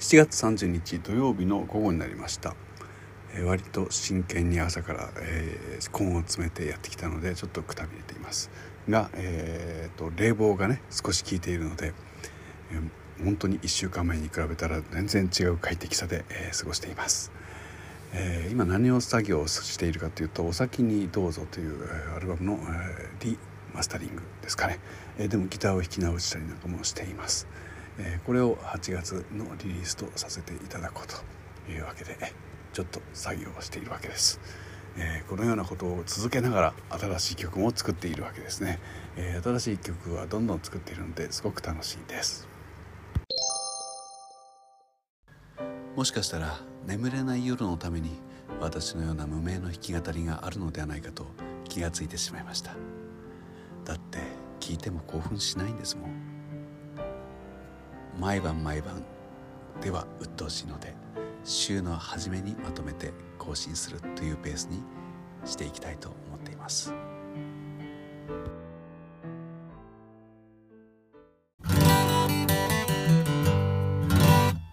7月30日土曜日の午後になりました。割と真剣に朝から、根を詰めてやってきたのでちょっとくたびれていますが、冷房がね少し効いているので、本当に1週間前に比べたら全然違う快適さで、過ごしています。今何を作業をしているかというと、お先にどうぞというアルバムの、リマスタリングですかね。でもギターを弾き直したりなんかもしています。これを8月のリリースとさせていただこうというわけでちょっと作業をしているわけです。このようなことを続けながら新しい曲も作っているわけですね。新しい曲はどんどん作っているのですごく楽しいです。もしかしたら眠れない夜のために私のような無名の弾き語りがあるのではないかと気がついてしまいました。だって聞いても興奮しないんですもん。毎晩では鬱陶しいので、週の初めにまとめて更新するというペースにしていきたいと思っています。